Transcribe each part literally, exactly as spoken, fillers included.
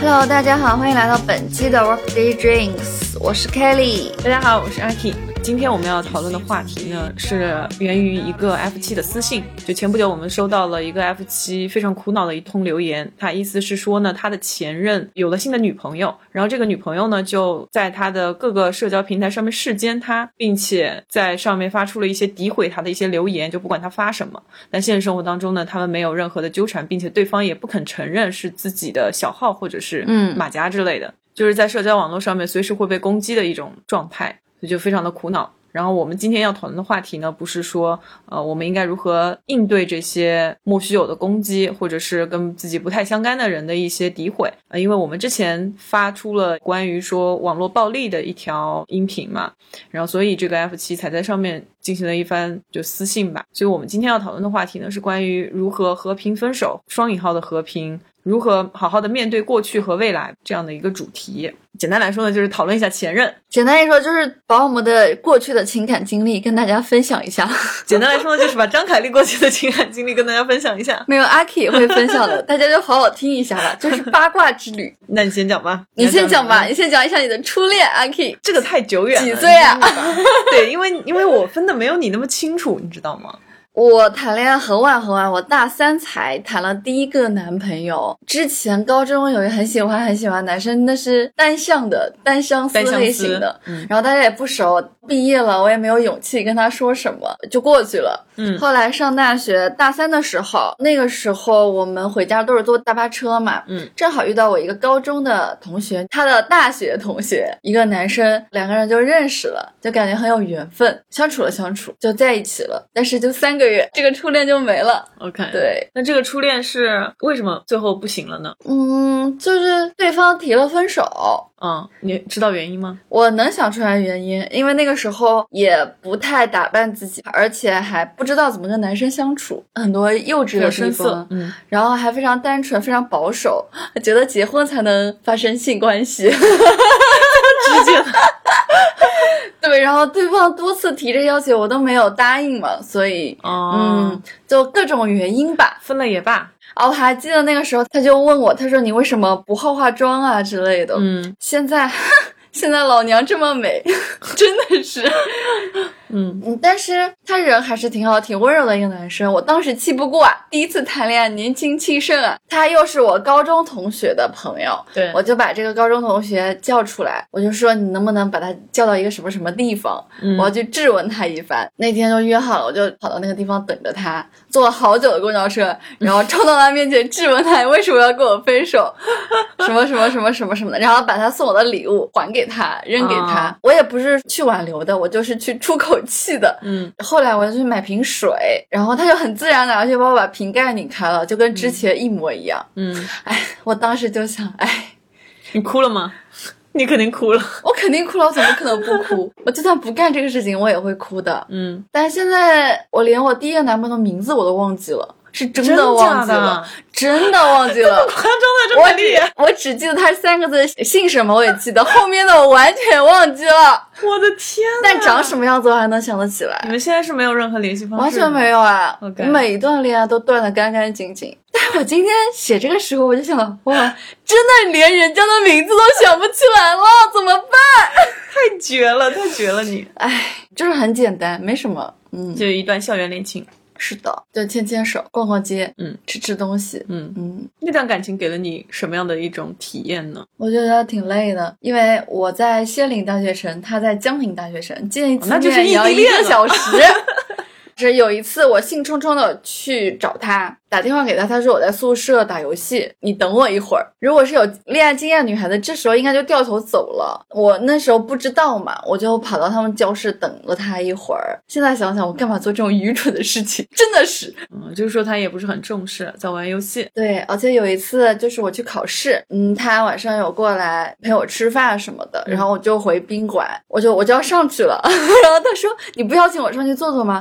Hello， 大家好，欢迎来到本期的 Workday Drinks， 我是 Kelly。 大家好，我是 Aki。今天我们要讨论的话题呢，是源于一个 F 七 的私信。就前不久我们收到了一个 F 七 非常苦恼的一通留言，他意思是说呢，他的前任有了新的女朋友，然后这个女朋友呢就在他的各个社交平台上面视奸他，并且在上面发出了一些诋毁他的一些留言，就不管他发什么。但现实生活当中呢，他们没有任何的纠缠，并且对方也不肯承认是自己的小号或者是马甲之类的、嗯、就是在社交网络上面随时会被攻击的一种状态，所以就非常的苦恼。然后我们今天要讨论的话题呢，不是说呃我们应该如何应对这些莫须有的攻击，或者是跟自己不太相干的人的一些诋毁。呃因为我们之前发出了关于说网络暴力的一条音频嘛，然后所以这个 F 七 才在上面进行了一番就私信吧。所以我们今天要讨论的话题呢，是关于如何和平分手，双引号的和平，如何好好的面对过去和未来这样的一个主题。简单来说呢，就是讨论一下前任。 简单来说，就是把我们的过去的情感经历跟大家分享一下。 简单来说呢，就是把张凯丽过去的情感经历跟大家分享一下。 没有，阿 K 也会分享的，大家就好好听一下吧，就是八卦之旅。 那你先讲吧。 你先讲吧，你先讲一下你的初恋，阿 K。 这个太久远了。 几岁啊？ 对，因为因为我分的没有你那么清楚，你知道吗？ 我谈恋爱很晚很晚，我大三才谈了第一个男朋友。之前高中有一个很喜欢很喜欢男生，那是单向的单相思类型的、嗯、然后大家也不熟，毕业了我也没有勇气跟他说什么，就过去了。嗯，后来上大学大三的时候，那个时候我们回家都是坐大巴车嘛，嗯，正好遇到我一个高中的同学，他的大学同学，一个男生，两个人就认识了，就感觉很有缘分，相处了相处就在一起了，但是就三个月这个初恋就没了。 OK， 对。 那这个初恋是为什么最后不行了呢？ 嗯，就是对方提了分手。 嗯，你知道原因吗？ 我能想出来原因，因为那个时候也不太打扮自己，而且还不知道怎么跟男生相处，很多幼稚的地方，嗯，然后还非常单纯，非常保守，觉得结婚才能发生性关系。直接对，然后对方多次提这要求我都没有答应嘛，所以、哦、嗯，就各种原因吧， 分了也罢。 哦，我还记得那个时候他就问我，他说你为什么不化化妆啊之类的。嗯，现在现在老娘这么美，真的是。嗯嗯，但是他人还是挺好挺温柔的一个男生，我当时气不过啊，第一次谈恋爱年轻气盛啊，他又是我高中同学的朋友，对，我就把这个高中同学叫出来，我就说你能不能把他叫到一个什么什么地方、嗯、我要去质问他一番。那天就约好了，我就跑到那个地方等着他，坐了好久的公交车，然后冲到他面前质问他为什么要跟我分手，什么什么什么什么什么的，然后把他送我的礼物还给他，扔给他、啊、我也不是去挽留的，我就是去出口气的。嗯，后来我就去买瓶水，然后他就很自然的就帮我把瓶盖拧开了，就跟之前一模一样。嗯，哎，我当时就想，哎， 你哭了吗？你肯定哭了。 我肯定哭了，我怎么可能不哭？我就算不干这个事情我也会哭的。嗯，但是现在我连我第一个男朋友的名字我都忘记了，是真的忘记了，真的忘记了。 这么夸张的这么厉害？ 我只记得他三个字，姓什么我也记得，后面的我完全忘记了。 我的天哪！ 但长什么样子我还能想得起来。 你们现在是没有任何联系方式？ 完全没有啊！ okay. 我每一段恋爱都断得干干净净。但我今天写这个时候我就想，哇，真的连人家的名字都想不起来了，怎么办？ 太绝了，太绝了你！ 哎，就是很简单，没什么。嗯， 就一段校园恋情。 是的，就牵牵手，逛逛街，嗯，吃吃东西，嗯嗯。那段感情给了你什么样的一种体验呢？ 我觉得挺累的，因为我在仙林大学城，他在江宁大学城，见一次面也要一个小时。是有一次我兴冲冲的去找他，打电话给他，他说我在宿舍打游戏，你等我一会儿。如果是有恋爱经验的女孩子，这时候应该就掉头走了。我那时候不知道嘛，我就跑到他们教室等了他一会儿。现在想想我干嘛做这种愚蠢的事情，真的是。 嗯，就是说他也不是很重视，在玩游戏。 对，而且有一次就是我去考试，嗯，他晚上有过来陪我吃饭什么的，然后我就回宾馆，我就我就要上去了。然后他说你不邀请我上去坐坐吗？我说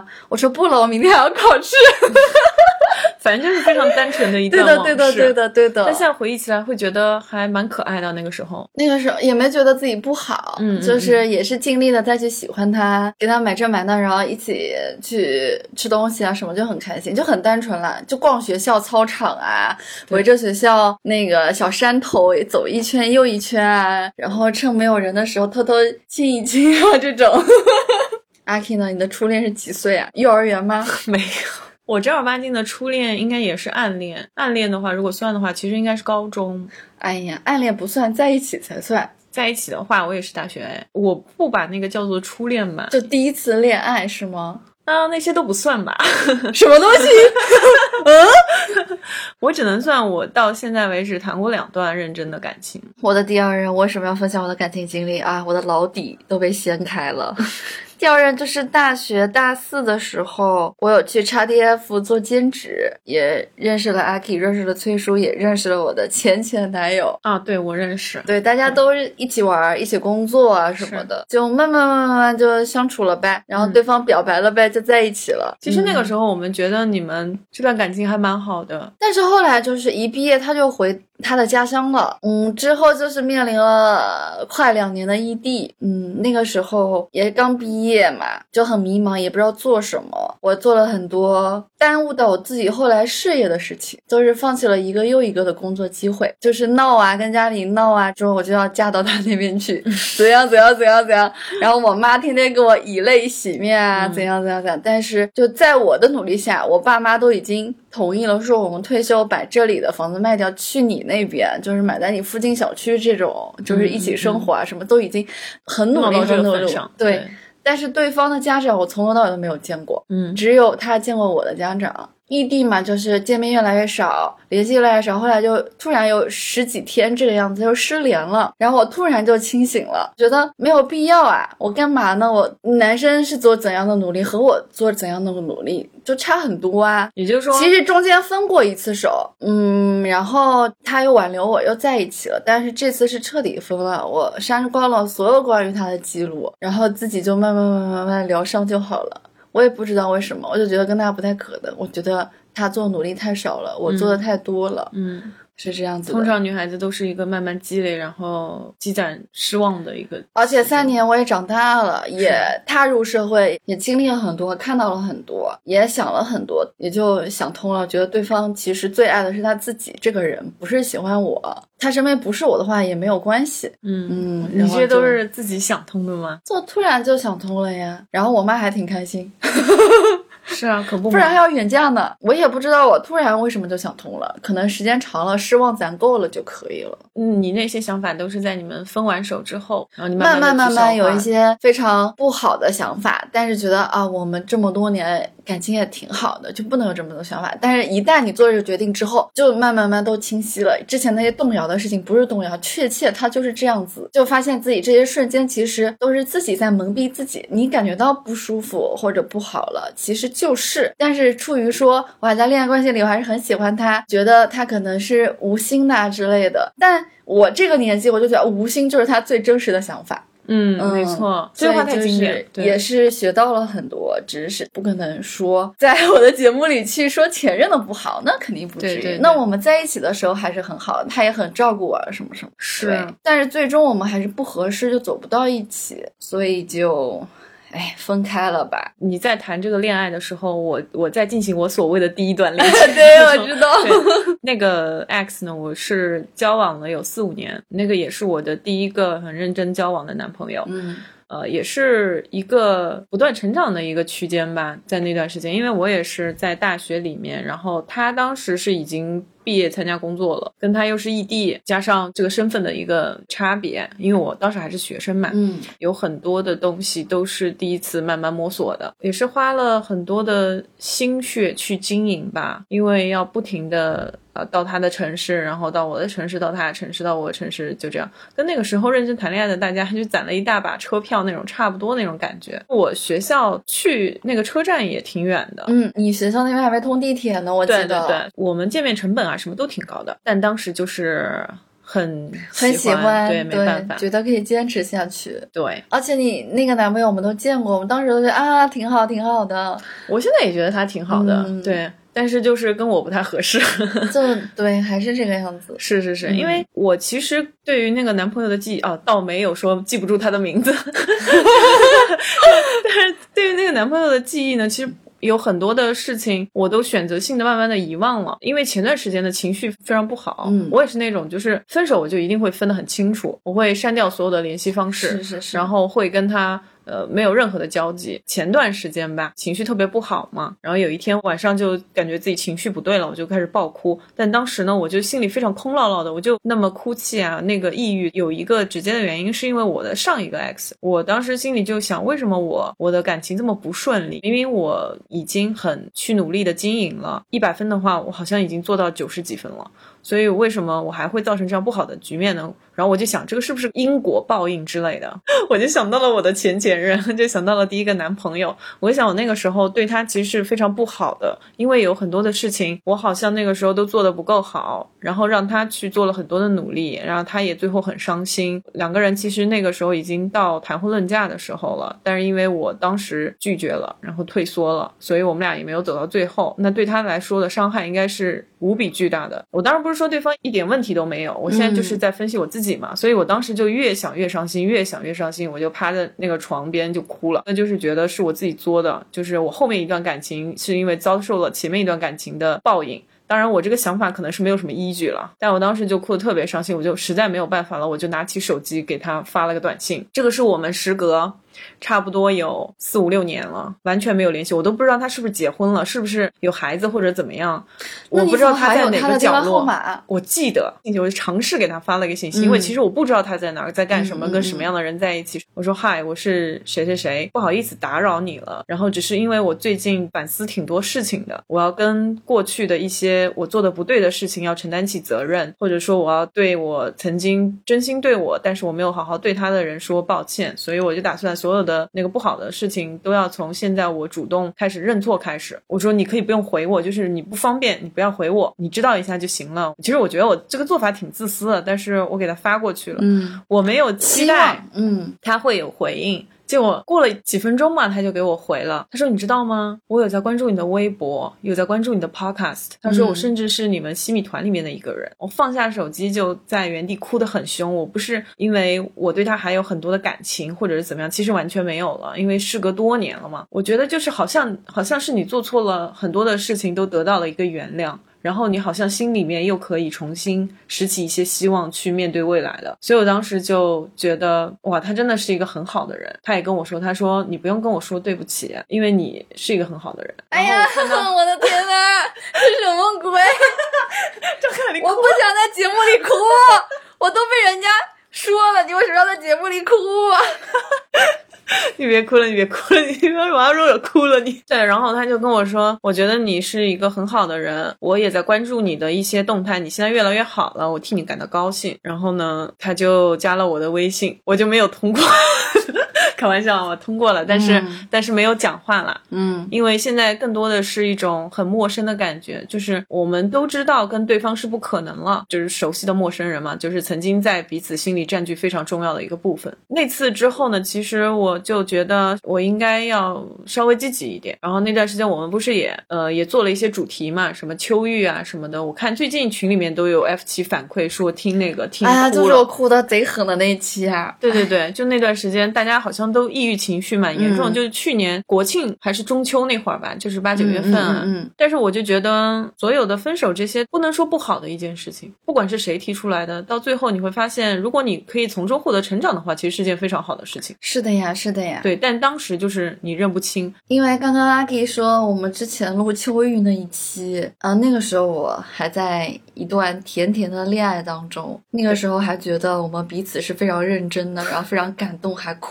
说不了，我明天还要考试。 反正就是非常单纯的一段往事。对的，对的，对的，对的。 但现在回忆起来会觉得还蛮可爱的。那个时候， 那个时候也没觉得自己不好， 嗯， 就是也是尽力的再去喜欢他，给他买这买那，然后一起去吃东西啊什么，就很开心，就很单纯啦，就逛学校操场啊，围着学校那个小山头走一圈又一圈啊，然后趁没有人的时候偷偷亲一亲啊这种。阿 K 呢？你的初恋是几岁啊？幼儿园吗？ 没有。我正儿八经的初恋应该也是暗恋，暗恋的话如果算的话其实应该是高中。 哎呀，暗恋不算，在一起才算。 在一起的话我也是大学，我不把那个叫做初恋吧。 就第一次恋爱是吗？ 啊，那些都不算吧。 什么东西？ 嗯，我只能算我到现在为止谈过两段认真的感情。 我的第二任，我为什么要分享我的感情经历啊？我的老底都被掀开了。第二任就是大学大四的时候，我有去 X D F 做兼职，也认识了阿 K， 认识了崔叔，也认识了我的前前男友啊。对，我认识。 对，大家都一起玩，一起工作啊什么的，就慢慢慢慢慢就相处了呗，然后对方表白了呗，嗯、就在一起了。 其实那个时候我们觉得你们这段感情还蛮好的， 但是后来就是一毕业他就回他的家乡了，嗯，之后就是面临了快两年的异地，嗯，那个时候也刚毕业嘛，就很迷茫，也不知道做什么。我做了很多耽误到我自己后来事业的事情，就是放弃了一个又一个的工作机会，就是闹啊，跟家里闹啊，之后我就要嫁到他那边去，怎样怎样怎样怎样，然后我妈天天给我以泪洗面啊，怎样怎样怎样，但是就在我的努力下，我爸妈都已经同意了，说我们退休把这里的房子卖掉，去你那边，就是买在你附近小区这种，就是一起生活啊，什么都已经很努力很努力。对，对，但是对方的家长我从头到尾都没有见过，嗯，只有他见过我的家长。异地嘛，就是见面越来越少，联系越来越少，后来就突然有十几天这个样子就失联了，然后我突然就清醒了，觉得没有必要啊，我干嘛呢？我男生是做怎样的努力和我做怎样的努力就差很多啊。 也就是说， 其实中间分过一次手，嗯，然后他又挽留我又在一起了，但是这次是彻底分了，我删光了所有关于他的记录，然后自己就慢慢慢慢慢慢疗伤就好了。我也不知道为什么，我就觉得跟他不太可能，我觉得他做努力太少了，我做的太多了，嗯，嗯是这样子的。 通常女孩子都是一个慢慢积累，然后积攒失望的一个。 而且三年我也长大了，也踏入社会，也经历了很多，看到了很多，也想了很多，也就想通了，觉得对方其实最爱的是他自己这个人，不是喜欢我。他身边不是我的话也没有关系。 嗯嗯，你这些都是自己想通的吗？ 就突然就想通了呀，然后我妈还挺开心。 是啊，可不， 不然还要远嫁呢。我也不知道我突然为什么就想通了，可能时间长了，失望攒够了就可以了。 嗯，你那些想法都是在你们分完手之后，然后你慢慢慢慢慢有一些非常不好的想法，但是觉得啊，我们这么多年感情也挺好的，就不能有这么多想法。但是一旦你做这个决定之后，就慢慢慢都清晰了。之前那些动摇的事情不是动摇，确切它就是这样子。就发现自己这些瞬间其实都是自己在蒙蔽自己。你感觉到不舒服或者不好了，其实就是，但是出于说我还在恋爱关系里，我还是很喜欢他，觉得他可能是无心的啊之类的。但我这个年纪，我就觉得无心就是他最真实的想法。 嗯，没错，这句话太经典， 也是学到了很多知识。不可能说在我的节目里去说前任的不好，那肯定不至于。 对对对， 那我们在一起的时候还是很好，他也很照顾我什么什么。 是， 但是最终我们还是不合适，就走不到一起，所以就哎，分开了吧。 你在谈这个恋爱的时候，我我在进行我所谓的第一段恋情。 对，我知道。 那个 X 呢，我是交往了有四五年，那个也是我的第一个很认真交往的男朋友。嗯。呃，也是一个不断成长的一个区间吧，在那段时间，因为我也是在大学里面，然后他当时是已经毕业参加工作了，跟他又是异地，加上这个身份的一个差别，因为我当时还是学生嘛，嗯，有很多的东西都是第一次慢慢摸索的，也是花了很多的心血去经营吧，因为要不停的呃到他的城市，然后到我的城市，到他的城市，到我的城市，就这样，跟那个时候认真谈恋爱的大家就攒了一大把车票那种差不多那种感觉。我学校去那个车站也挺远的， 嗯，你学校那边还没通地铁呢，我记得。 对对对，我们见面成本啊什么都挺高的，但当时就是很很喜欢， 对，没办法， 觉得可以坚持下去。 对， 而且你那个男朋友我们都见过，我们当时都觉得啊挺好挺好的。 我现在也觉得他挺好的，嗯、对。但是就是跟我不太合适， 就对，还是这个样子。 是是是、嗯，因为我其实对于那个男朋友的记忆啊，倒没有说记不住他的名字，但是对于那个男朋友的记忆呢，其实有很多的事情我都选择性的慢慢的遗忘了，因为前段时间的情绪非常不好。嗯，我也是那种就是分手我就一定会分得很清楚，我会删掉所有的联系方式， 是是是， 然后会跟他。呃，没有任何的交集。前段时间吧，情绪特别不好嘛，然后有一天晚上就感觉自己情绪不对了，我就开始爆哭。但当时呢，我就心里非常空落落的，我就那么哭泣啊，那个抑郁有一个直接的原因是因为我的上一个 ex， 我当时心里就想，为什么我我的感情这么不顺利？明明我已经很去努力的经营了，一百分的话，我好像已经做到九十几分了。所以为什么我还会造成这样不好的局面呢？然后我就想这个是不是因果报应之类的，我就想到了我的前前任，就想到了第一个男朋友。我想我那个时候对他其实是非常不好的，因为有很多的事情我好像那个时候都做得不够好，然后让他去做了很多的努力，然后他也最后很伤心。两个人其实那个时候已经到谈婚论嫁的时候了，但是因为我当时拒绝了，然后退缩了，所以我们俩也没有走到最后。那对他来说的伤害应该是无比巨大的。我当然不是说对方一点问题都没有，我现在就是在分析我自己嘛、嗯、所以我当时就越想越伤心，越想越伤心，我就趴在那个床边就哭了。那就是觉得是我自己作的，就是我后面一段感情是因为遭受了前面一段感情的报应。当然我这个想法可能是没有什么依据了，但我当时就哭得特别伤心，我就实在没有办法了，我就拿起手机给他发了个短信。这个是我们时隔差不多有四五六年了，完全没有联系，我都不知道他是不是结婚了，是不是有孩子或者怎么样，我不知道他在哪个角落。我记得并且我尝试给他发了一个信息、嗯、因为其实我不知道他在哪儿，在干什么、嗯、跟什么样的人在一起。我说嗨，我是谁谁谁，不好意思打扰你了，然后只是因为我最近反思挺多事情的，我要跟过去的一些我做的不对的事情要承担起责任，或者说我要对我曾经真心对我但是我没有好好对他的人说抱歉，所以我就打算所有的那个不好的事情都要从现在我主动开始认错开始。我说你可以不用回我，就是你不方便你不要回我，你知道一下就行了。其实我觉得我这个做法挺自私的，但是我给他发过去了，嗯，我没有期待嗯他会有回应。结果过了几分钟嘛，他就给我回了，他说你知道吗，我有在关注你的微博，有在关注你的 podcast， 他说我甚至是你们西米团里面的一个人、嗯、我放下手机就在原地哭得很凶。我不是因为我对他还有很多的感情或者是怎么样，其实完全没有了，因为事隔多年了嘛。我觉得就是好像好像是你做错了很多的事情都得到了一个原谅，然后你好像心里面又可以重新拾起一些希望去面对未来了。所以我当时就觉得哇，他真的是一个很好的人。他也跟我说，他说你不用跟我说对不起，因为你是一个很好的人。 哎呀，我的天哪，这什么鬼我不想在节目里哭，我都被人家说了你为什么要在节目里哭啊你别哭了你别哭了，你别马上说我哭了你。对，然后他就跟我说，我觉得你是一个很好的人，我也在关注你的一些动态，你现在越来越好了，我替你感到高兴。然后呢他就加了我的微信，我就没有通过开玩笑，我通过了，但是、嗯、但是没有讲话了。嗯，因为现在更多的是一种很陌生的感觉，就是我们都知道跟对方是不可能了，就是熟悉的陌生人嘛，就是曾经在彼此心里占据非常重要的一个部分。那次之后呢，其实我就觉得我应该要稍微积极一点。然后那段时间我们不是也呃也做了一些主题嘛，什么秋玉啊什么的，我看最近群里面都有 F 七反馈说听那个听哭了。哎呀， 就是我哭的贼狠的那一期啊。 对对对，就那段时间大家好像都抑郁情绪蛮严重、嗯、就是去年国庆还是中秋那会儿吧，就是八九月份啊。嗯嗯嗯但是我就觉得所有的分手这些不能说不好的一件事情，不管是谁提出来的，到最后你会发现如果你可以从中获得成长的话，其实是件非常好的事情。 是的呀是的呀。 对，但当时就是你认不清。 因为刚刚 Lucky 说我们之前录秋玉那一期啊，那个时候我还在一段甜甜的恋爱当中，那个时候还觉得我们彼此是非常认真的，然后非常感动还哭了呢。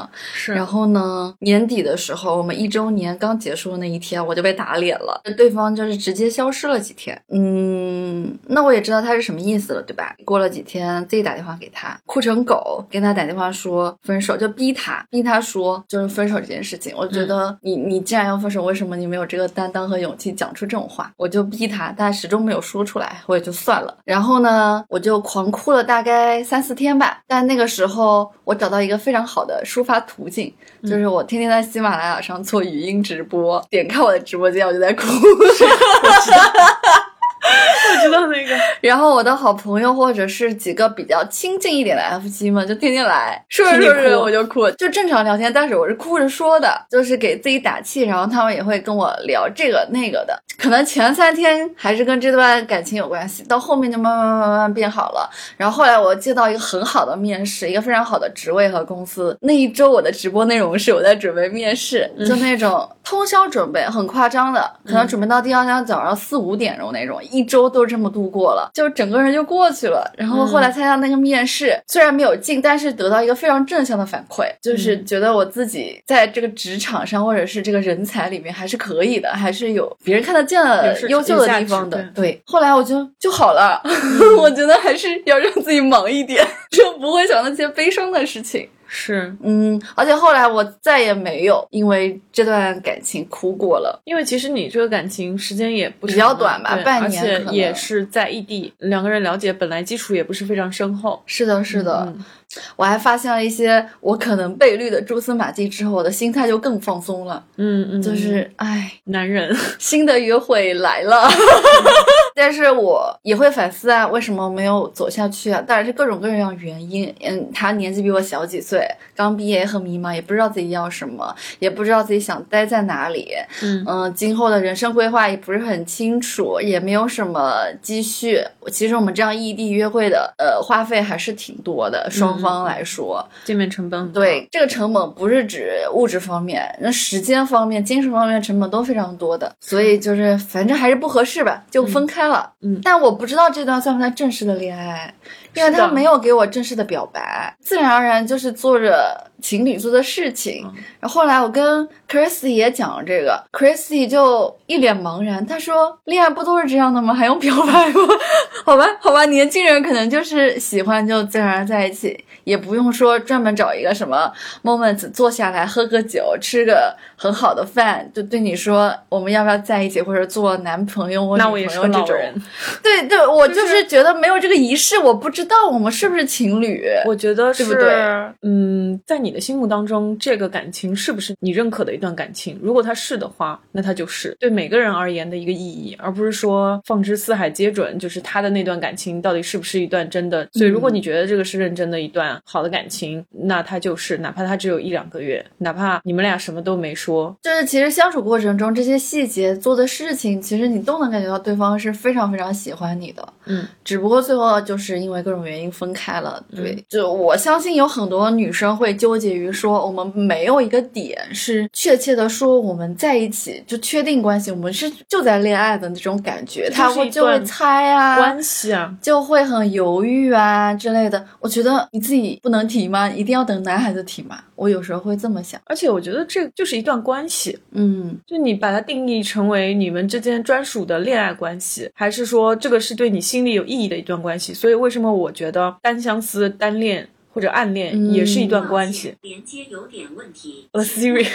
嘛。是。然后呢，年底的时候，我们一周年刚结束的那一天，我就被打脸了，对方就是直接消失了几天。嗯，那我也知道他是什么意思了，对吧？过了几天，自己打电话给他，哭成狗，跟他打电话说分手，就逼他，逼他说就是分手这件事情。我觉得你、嗯、你既然要分手，为什么你没有这个担当和勇气讲出这种话？我就逼他，但始终没有说出来，我也就算了。然后呢，我就狂哭了大概三四天吧。但那个时候我找到一个非常好的抒发途径，嗯、就是我天天在喜马拉雅上做语音直播，点开我的直播间我就在哭。我知道我知道那个。 然后我的好朋友或者是几个比较亲近一点的 F 七们就天天来说着说着我就哭，就正常聊天，但是我是哭着说的，就是给自己打气，然后他们也会跟我聊这个那个的。可能前三天还是跟这段感情有关系，到后面就慢慢慢慢变好了。然后后来我接到一个很好的面试，一个非常好的职位和公司，那一周我的直播内容是我在准备面试，就那种通宵准备，很夸张的，可能准备到第二天早上四五点钟那种，一周都这么度过了，就整个人就过去了。然后后来参加那个面试、嗯、虽然没有进，但是得到一个非常正向的反馈，就是觉得我自己在这个职场上或者是这个人才里面还是可以的，还是有别人看得见的优秀的地方的。 对, 对，后来我就就好了、嗯、我觉得还是要让自己忙一点，就不会想那些悲伤的事情。 是， 嗯，而且后来我再也没有因为这段感情哭过了， 因为其实你这个感情时间也不比较短吧，半年， 而且也是在异地，两个人了解本来基础也不是非常深厚。 是的，是的。嗯，我还发现了一些我可能被绿的蛛丝马迹之后，我的心态就更放松了。 嗯嗯， 就是哎， 男人新的约会来了。但是我也会反思啊，为什么没有走下去啊？当然是各种各样原因。嗯，他年纪比我小几岁，刚毕业很迷茫，也不知道自己要什么，也不知道自己想待在哪里。嗯嗯、呃，今后的人生规划也不是很清楚，也没有什么积蓄。其实我们这样异地约会的呃花费还是挺多的，双方来说， 嗯、见面成本。 对，这个成本不是指物质方面，那时间方面、精神方面成本都非常多的，所以就是反正还是不合适吧，就分开了。嗯，但我不知道这段算不算正式的恋爱，因为他没有给我正式的表白，自然而然就是做着情侣做的事情。嗯、然后后来我跟 Christy 也讲了这个 ，Christy 就一脸茫然，他说恋爱不都是这样的吗？还用表白吗？好吧，好吧，年轻人可能就是喜欢就自然而然在一起，也不用说专门找一个什么 moment 坐下来喝个酒，吃个很好的饭，就对你说我们要不要在一起，或者做男朋友或女朋友这种。那我也是老人。对对，我就是觉得没有这个仪式，我不知道我们是不是情侣。 我觉得是， 对不对？ 嗯，在你的心目当中，这个感情是不是你认可的一段感情？如果它是的话，那它就是对每个人而言的一个意义，而不是说放之四海皆准，就是他的那段感情到底是不是一段真的。所以如果你觉得这个是认真的一段好的感情，嗯、那它就是，哪怕它只有一两个月，哪怕你们俩什么都没说， 就是其实相处过程中这些细节做的事情，其实你都能感觉到对方是非常非常喜欢你的。嗯，只不过最后就是因为各种原因分开了。对，嗯、就我相信有很多女生会纠结于说，我们没有一个点是确切的说我们在一起就确定关系，我们是就在恋爱的那种感觉，他会就会猜啊， 关系啊， 就会很犹豫啊之类的。我觉得你自己不能提吗？一定要等男孩子提吗？我有时候会这么想。 而且我觉得这就是一段关系， 嗯， 就你把它定义成为你们之间专属的恋爱关系，还是说这个是对你心里有意义的一段关系。所以为什么我觉得单相思、单恋或者暗恋也是一段关系。 嗯、连接有点问题。 呃 Siri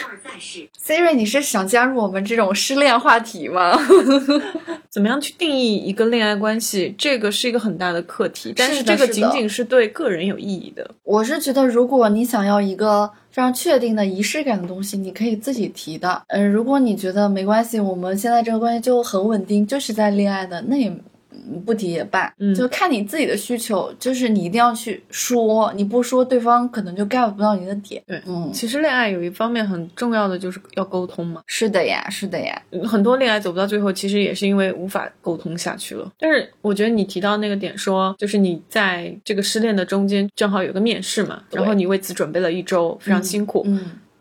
Siri 你是想加入我们这种失恋话题吗？ 怎么样去定义一个恋爱关系，这个是一个很大的课题，但是这个仅仅是对个人有意义的。 我是觉得如果你想要一个非常确定的仪式感的东西，你可以自己提的。嗯、呃，如果你觉得没关系，我们现在这个关系就很稳定，就是在恋爱的，那也不提也罢，嗯，就看你自己的需求，就是你一定要去说，你不说对方可能就 get 不到你的点。 对，嗯，其实恋爱有一方面很重要的就是要沟通嘛。 是的呀，是的呀， 很多恋爱走不到最后，其实也是因为无法沟通下去了。但是我觉得你提到那个点说，就是你在这个失恋的中间正好有个面试嘛，然后你为此准备了一周，非常辛苦。 嗯。嗯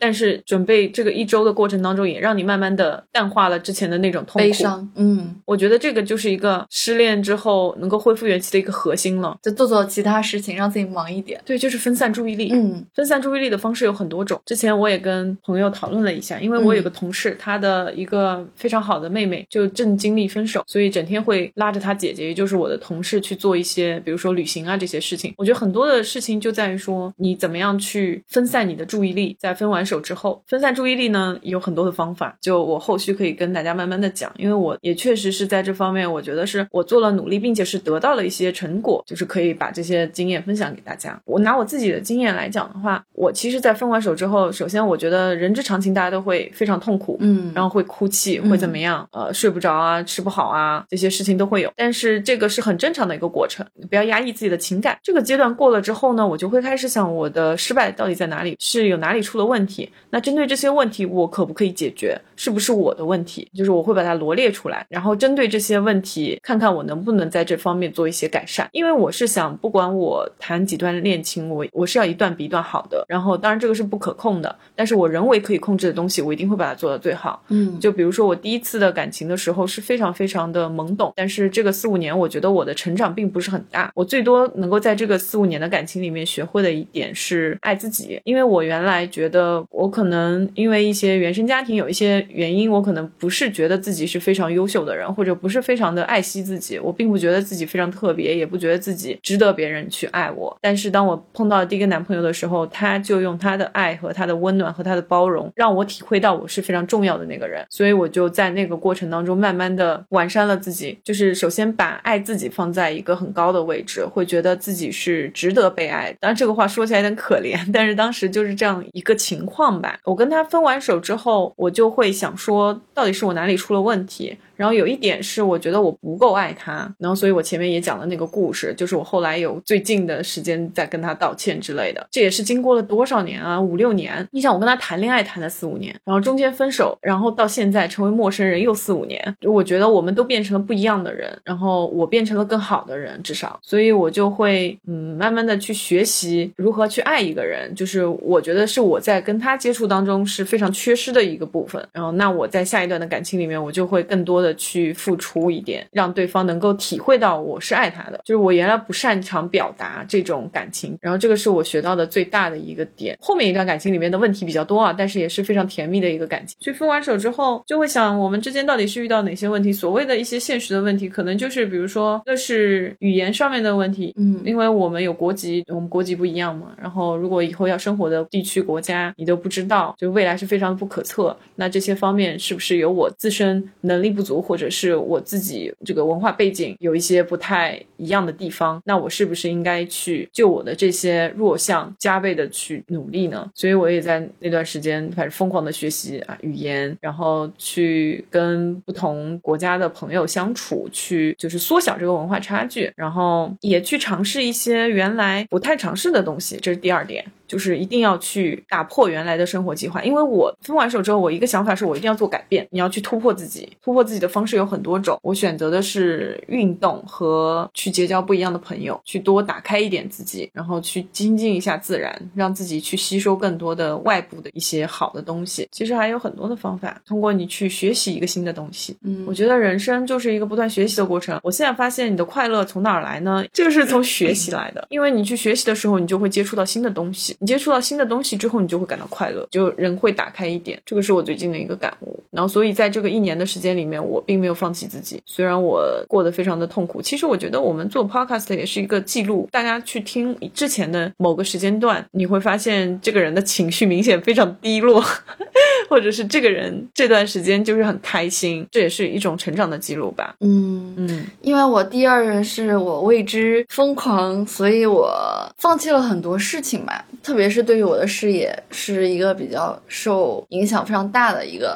但是准备这个一周的过程当中也让你慢慢的淡化了之前的那种痛苦悲伤。嗯， 我觉得这个就是一个失恋之后能够恢复元气的一个核心了， 就做做其他事情让自己忙一点。 对，就是分散注意力。 嗯， 分散注意力的方式有很多种，之前我也跟朋友讨论了一下，因为我有个同事、嗯、他的一个非常好的妹妹就正经历分手，所以整天会拉着他姐姐也就是我的同事去做一些比如说旅行啊这些事情。我觉得很多的事情就在于说你怎么样去分散你的注意力，在分完手之后分散注意力呢有很多的方法，就我后续可以跟大家慢慢的讲，因为我也确实是在这方面我觉得是我做了努力并且是得到了一些成果，就是可以把这些经验分享给大家。我拿我自己的经验来讲的话，我其实在分完手之后，首先我觉得人之常情，大家都会非常痛苦，嗯，然后会哭泣，会怎么样、嗯、呃，睡不着啊，吃不好啊，这些事情都会有，但是这个是很正常的一个过程，你不要压抑自己的情感。这个阶段过了之后呢，我就会开始想我的失败到底在哪里，是有哪里出了问题，那针对这些问题我可不可以解决，是不是我的问题，就是我会把它罗列出来，然后针对这些问题看看我能不能在这方面做一些改善。因为我是想不管我谈几段恋情，我我是要一段比一段好的，然后当然这个是不可控的，但是我人为可以控制的东西我一定会把它做到最好。嗯，就比如说我第一次的感情的时候是非常非常的懵懂，但是这个四五年我觉得我的成长并不是很大，我最多能够在这个四五年的感情里面学会的一点是爱自己。因为我原来觉得我可能因为一些原生家庭有一些原因，我可能不是觉得自己是非常优秀的人，或者不是非常的爱惜自己，我并不觉得自己非常特别，也不觉得自己值得别人去爱我。但是当我碰到第一个男朋友的时候，他就用他的爱和他的温暖和他的包容让我体会到我是非常重要的那个人，所以我就在那个过程当中慢慢的完善了自己，就是首先把爱自己放在一个很高的位置，会觉得自己是值得被爱。当然这个话说起来有点可怜，但是当时就是这样一个情况吧。我跟他分完手之后，我就会想说到底是我哪里出了问题，然后有一点是我觉得我不够爱他，然后所以我前面也讲了那个故事，就是我后来有最近的时间在跟他道歉之类的，这也是经过了多少年啊，五六年。你想我跟他谈恋爱谈了四五年，然后中间分手，然后到现在成为陌生人又四五年，我觉得我们都变成了不一样的人，然后我变成了更好的人至少，所以我就会嗯慢慢的去学习如何去爱一个人，就是我觉得是我在跟他接触当中是非常缺失的一个部分，然后那我在下一段的感情里面我就会更多的去付出一点，让对方能够体会到我是爱他的，就是我原来不擅长表达这种感情，然后这个是我学到的最大的一个点。后面一段感情里面的问题比较多啊，但是也是非常甜蜜的一个感情。所以分完手之后就会想我们之间到底是遇到哪些问题，所谓的一些现实的问题可能就是比如说这是语言上面的问题，嗯，因为我们有国籍，我们国籍不一样嘛，然后如果以后要生活的地区国家你都不知道，就未来是非常不可测，那这些方面是不是有我自身能力不足，或者是我自己这个文化背景有一些不太一样的地方，那我是不是应该去就我的这些弱项加倍的去努力呢？所以我也在那段时间开始疯狂的学习啊语言，然后去跟不同国家的朋友相处，去就是缩小这个文化差距，然后也去尝试一些原来不太尝试的东西，这是第二点，就是一定要去打破原来的生活计划。因为我分完手之后我一个想法是我一定要做改变，你要去突破自己，突破自己的方式有很多种，我选择的是运动和去结交不一样的朋友，去多打开一点自己，然后去亲近一下自然，让自己去吸收更多的外部的一些好的东西。其实还有很多的方法，通过你去学习一个新的东西。嗯，我觉得人生就是一个不断学习的过程。我现在发现你的快乐从哪儿来呢？这个是从学习来的，因为你去学习的时候你就会接触到新的东西，你接触到新的东西之后你就会感到快乐，就人会打开一点，这个是我最近的一个感悟。然后所以在这个一年的时间里面我并没有放弃自己，虽然我过得非常的痛苦。其实我觉得我们做 podcast 也是一个记录，大家去听之前的某个时间段，你会发现这个人的情绪明显非常低落或者是这个人这段时间就是很开心，这也是一种成长的记录吧。 嗯嗯，因为我第二任是我为之疯狂，所以我放弃了很多事情吧，特别是对于我的事业是一个比较受影响非常大的一个板块。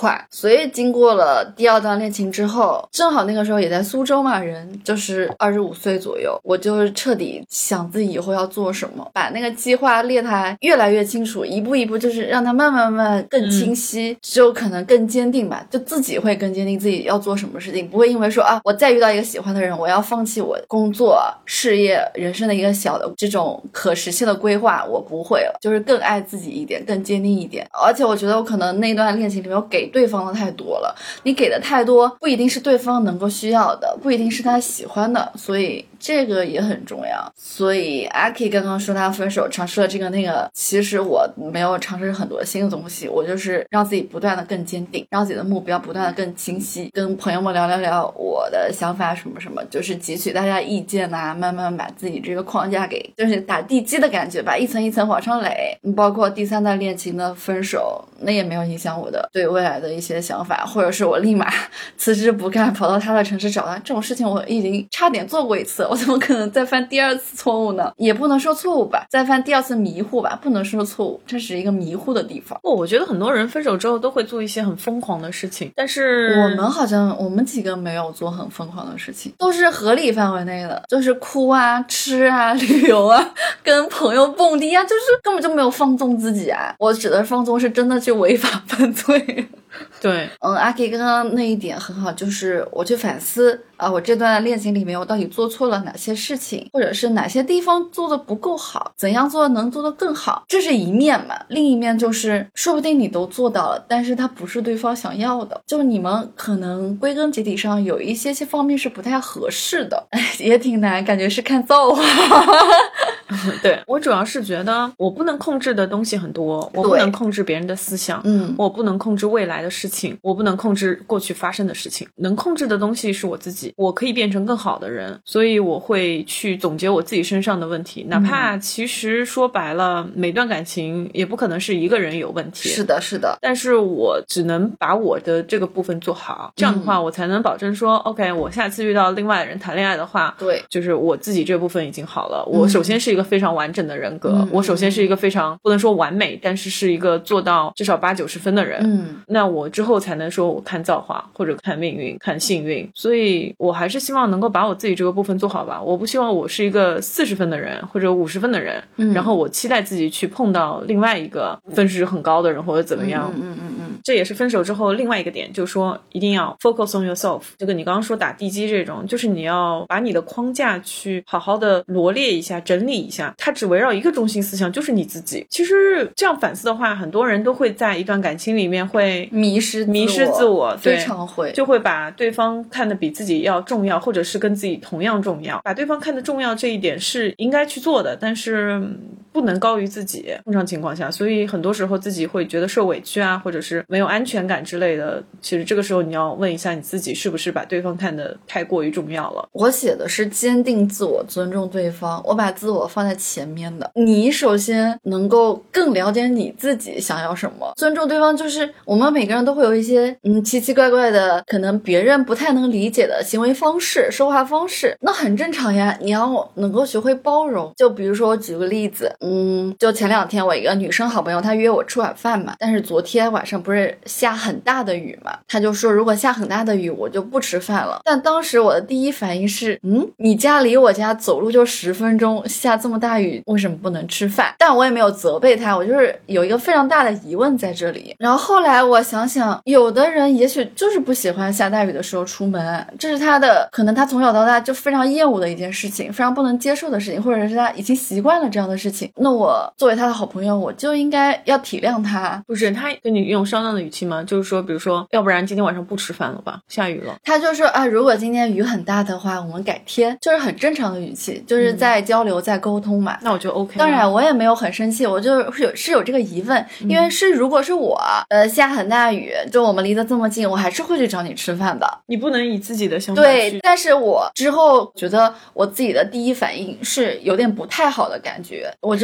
快。所以经过了第二段恋情之后，正好那个时候也在苏州嘛，人就是二十五岁左右，我就彻底想自己以后要做什么，把那个计划列它越来越清楚，一步一步就是让它慢慢慢慢更清晰、嗯、就可能更坚定吧，就自己会更坚定自己要做什么事情，不会因为说啊我再遇到一个喜欢的人，我要放弃我工作事业人生的一个小的这种可实现的规划，我不会了，就是更爱自己一点，更坚定一点。而且我觉得我可能那段恋情里面我给对方的太多了，你给的太多不一定是对方能够需要的，不一定是他喜欢的，所以这个也很重要。所以阿 K 刚刚说他分手尝试了这个那个，其实我没有尝试很多新的东西，我就是让自己不断的更坚定，让自己的目标不断的更清晰，跟朋友们聊聊聊我的想法什么什么，就是汲取大家意见啊，慢慢把自己这个框架给就是打地基的感觉吧，一层一层往上垒。包括第三段恋情的分手，那也没有影响我的对未来的一些想法，或者是我立马辞职不干跑到他的城市找他，这种事情我已经差点做过一次，我怎么可能再犯第二次错误呢？也不能说错误吧，再犯第二次迷糊吧，不能说错误，这是一个迷糊的地方。 哦，我觉得很多人分手之后都会做一些很疯狂的事情，但是我们好像我们几个没有做很疯狂的事情，都是合理范围内的，就是哭啊吃啊旅游啊跟朋友蹦迪啊，就是根本就没有放纵自己啊。我指的放纵是真的去违法犯罪。 对， 嗯，阿 K 刚刚那一点很好，就是我去反思啊，我这段恋情里面我到底做错了哪些事情，或者是哪些地方做的不够好，怎样做能做得更好，这是一面嘛。另一面就是说不定你都做到了，但是它不是对方想要的，就你们可能归根结底上有一些些方面是不太合适的。哎，也挺难，感觉是看造化。 对，我主要是觉得我不能控制的东西很多，我不能控制别人的思想，嗯，我不能控制未来的事情，我不能控制过去发生的事情，能控制的东西是我自己，我可以变成更好的人，所以我会去总结我自己身上的问题，哪怕其实说白了每段感情也不可能是一个人有问题， 是的是的， 但是我只能把我的这个部分做好，这样的话我才能保证说、嗯、OK 我下次遇到另外的人谈恋爱的话， 对， 就是我自己这部分已经好了，我首先是一个非常完整的人格、嗯、我首先是一个非常不能说完美，但是是一个做到至少八九十分的人，嗯，那我之后才能说我看造化或者看命运看幸运，所以我还是希望能够把我自己这个部分做好吧，我不希望我是一个四十分的人或者五十分的人、嗯、然后我期待自己去碰到另外一个分数很高的人或者怎么样，嗯嗯嗯嗯，这也是分手之后另外一个点，就是说一定要 focus on yourself， 这个你刚刚说打地基这种，就是你要把你的框架去好好的罗列一下整理一下，它只围绕一个中心思想，就是你自己。其实这样反思的话，很多人都会在一段感情里面会迷失迷失自我， 非常会， 就会把对方看得比自己要重要，或者是跟自己同样重要，把对方看得重要这一点是应该去做的，但是不能高于自己，通常情况下，所以很多时候自己会觉得受委屈啊，或者是没有安全感之类的，其实这个时候你要问一下你自己是不是把对方看得太过于重要了。 我写的是坚定自我尊重对方，我把自我放在前面的，你首先能够更了解你自己想要什么，尊重对方就是我们每个人都会有一些嗯奇奇怪怪的可能别人不太能理解的行为方式说话方式，那很正常呀，你要能够学会包容。就比如说我举个例子，嗯，就前两天我一个女生好朋友她约我吃晚饭嘛，但是昨天晚上不是下很大的雨嘛，她就说如果下很大的雨我就不吃饭了，但当时我的第一反应是嗯，你家离我家走路就十分钟，下这么大雨为什么不能吃饭？但我也没有责备她，我就是有一个非常大的疑问在这里。然后后来我想想，有的人也许就是不喜欢下大雨的时候出门，这是他的可能他从小到大就非常厌恶的一件事情，非常不能接受的事情，或者是他已经习惯了这样的事情，那我作为他的好朋友我就应该要体谅他。 不是他跟你用商量的语气吗？就是说比如说要不然今天晚上不吃饭了吧，下雨了， 他就说啊，如果今天雨很大的话我们改天，就是很正常的语气，就是在交流、嗯、在沟通嘛。 那我就 OK。 当然我也没有很生气，我就是有是有这个疑问，因为是如果是我呃下很大雨，就我们离得这么近，我还是会去找你吃饭的。 你不能以自己的想法对去， 但是我之后觉得我自己的第一反应是有点不太好的感觉，我就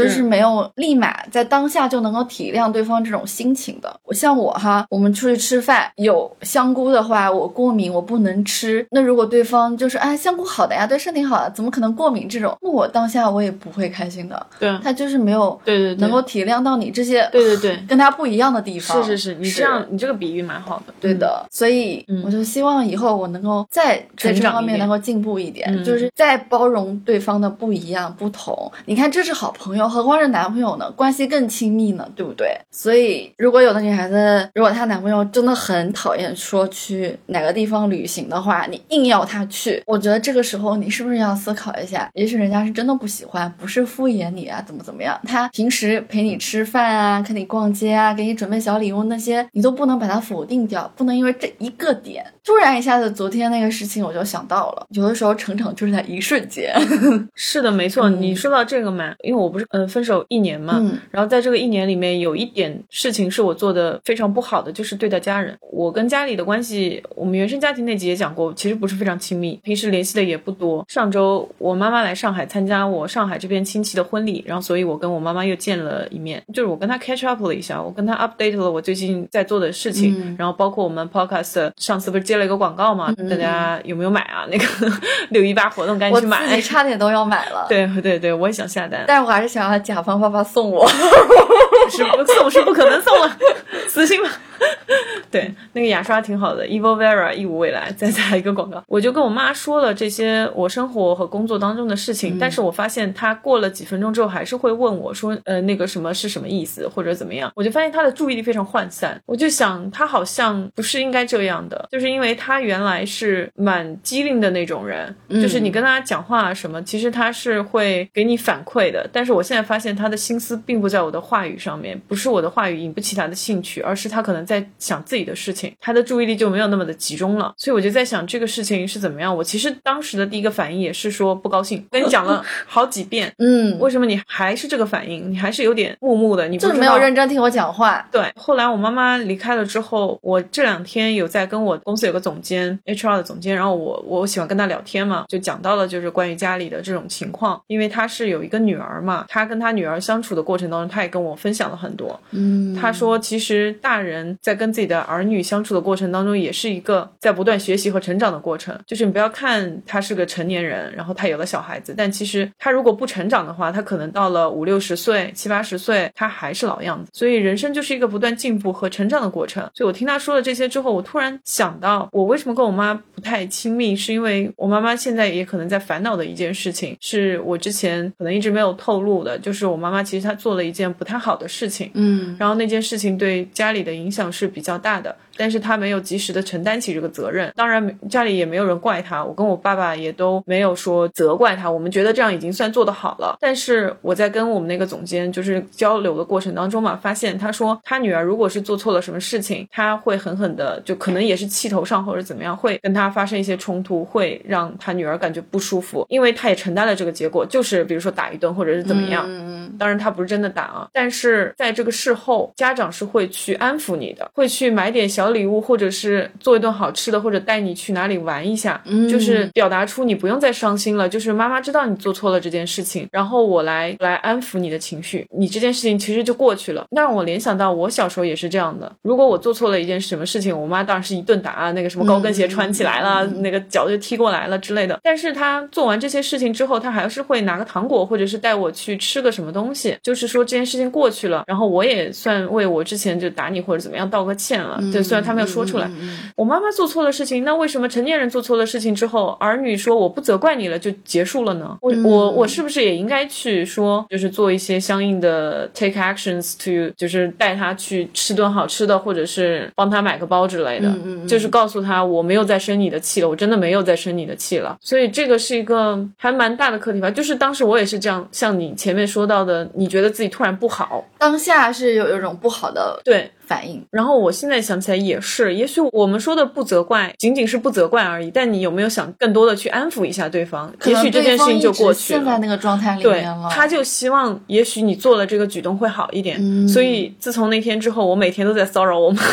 就是没有立马在当下就能够体谅对方这种心情的。像我哈，我们出去吃饭有香菇的话，我过敏，我不能吃。那如果对方就是哎香菇好的呀，对身体好的，怎么可能过敏这种？那我当下我也不会开心的。 对， 他就是没有对对对能够体谅到你这些对对对跟他不一样的地方。 是是是，你这样你这个比喻蛮好的。 对的，嗯、所以我就希望以后我能够在在这方面能够进步一点， 嗯、 就是在包容对方的不一样不同。你看这是好朋友，何况是男朋友呢，关系更亲密呢，对不对？所以如果有的女孩子，如果她男朋友真的很讨厌说去哪个地方旅行的话，你硬要他去，我觉得这个时候你是不是要思考一下，也许人家是真的不喜欢，不是敷衍你啊，怎么怎么样，他平时陪你吃饭啊，跟你逛街啊，给你准备小礼物，那些你都不能把它否定掉，不能因为这一个点突然一下子昨天那个事情我就想到了，有的时候成长就是在一瞬间。 是的，没错、嗯、你说到这个嘛，因为我不是呃分手一年嘛、嗯、然后在这个一年里面有一点事情是我做的非常不好的，就是对待家人。我跟家里的关系，我们原生家庭那集也讲过，其实不是非常亲密，平时联系的也不多。上周我妈妈来上海参加我上海这边亲戚的婚礼，然后所以我跟我妈妈又见了一面，就是我跟她 catch up 了一下，我跟她 update 了我最近在做的事情、嗯、然后包括我们 podcast 上次不是接了一个广告嘛、嗯、大家有没有买啊？那个六一八活动赶紧去买， 我自己差点都要买了。 对对对，我也想下单， 但是我还是想要甲方爸爸送我。 是不送是不可能送了，私信吧。对，那个牙刷挺好的 Evo Vera 义无未来，再加一个广告。我就跟我妈说了这些我生活和工作当中的事情、嗯、但是我发现她过了几分钟之后还是会问我说呃，那个什么是什么意思或者怎么样。我就发现她的注意力非常涣散，我就想她好像不是应该这样的，就是因为她原来是蛮机灵的那种人、嗯、就是你跟她讲话什么其实她是会给你反馈的，但是我现在发现她的心思并不在我的话语上面，不是我的话语引不起她的兴趣，而是她可能在想自己的事情，她的注意力就没有那么的集中了。所以我就在想这个事情是怎么样。我其实当时的第一个反应也是说不高兴，跟你讲了好几遍嗯，为什么你还是这个反应，你还是有点木木的，你不知道， 就是没有认真听我讲话。 对，后来我妈妈离开了之后，我这两天有在跟我公司有个总监 H R 的总监，然后我我喜欢跟他聊天嘛，就讲到了就是关于家里的这种情况，因为他是有一个女儿嘛，他跟他女儿相处的过程当中他也跟我分享了很多。嗯，他说其实大人在跟自己的儿女相处的过程当中也是一个在不断学习和成长的过程，就是你不要看他是个成年人然后他有了小孩子，但其实他如果不成长的话，他可能到了五六十岁七八十岁他还是老样子。所以人生就是一个不断进步和成长的过程。所以我听他说了这些之后，我突然想到我为什么跟我妈不太亲密，是因为我妈妈现在也可能在烦恼的一件事情，是我之前可能一直没有透露的，就是我妈妈其实她做了一件不太好的事情，嗯，然后那件事情对家里的影响是比较大的，但是她没有及时的承担起这个责任。当然家里也没有人怪她，我跟我爸爸也都没有说责怪她，我们觉得这样已经算做得好了。但是我在跟我们那个总监就是交流的过程当中嘛，发现他说他女儿如果是做错了什么事情，他会狠狠的就可能也是气头上或者怎么样，会跟他发生一些冲突，会让他女儿感觉不舒服，因为他也承担了这个结果，就是比如说打一顿或者是怎么样。嗯，当然他不是真的打啊，但是在这个事后家长是会去安抚你的，会去买点小礼物，或者是做一顿好吃的，或者带你去哪里玩一下，嗯，就是表达出你不用再伤心了，就是妈妈知道你做错了这件事情，然后我来来安抚你的情绪，你这件事情其实就过去了。那让我联想到我小时候也是这样的，如果我做错了一件什么事情，我妈当然是一顿打啊，那个什么高跟鞋穿起来了，嗯，那个脚就踢过来了之类的，但是她做完这些事情之后，她还是会拿个糖果或者是带我去吃个什么东西，就是说这件事情过去了，然后我也算为我之前就打你或者怎么样道个歉了，就虽然她没有说出来。嗯嗯嗯，我妈妈做错了事情，那为什么成年人做错了事情之后，儿女说我不责怪你了就结束了呢？我我我是不是也应该去说，就是做一些相应的 take actions to， 就是带他去吃顿好吃的，或者是帮他买个包之类的，嗯嗯嗯，就是告诉他我没有再生你的气了，我真的没有再生你的气了。所以这个是一个还蛮大的课题吧，就是当时我也是这样，像你前面说到的，你觉得自己突然不好， 当下是有一种不好的对反应， 然后我现在想起来也是，也许我们说的不责怪仅仅是不责怪而已，但你有没有想更多的去安抚一下对方，也许这件事情就过去了， 现在那个状态里面了， 对，他就希望也许你做了这个举动会好一点，嗯，所以自从那天之后我每天都在骚扰我妈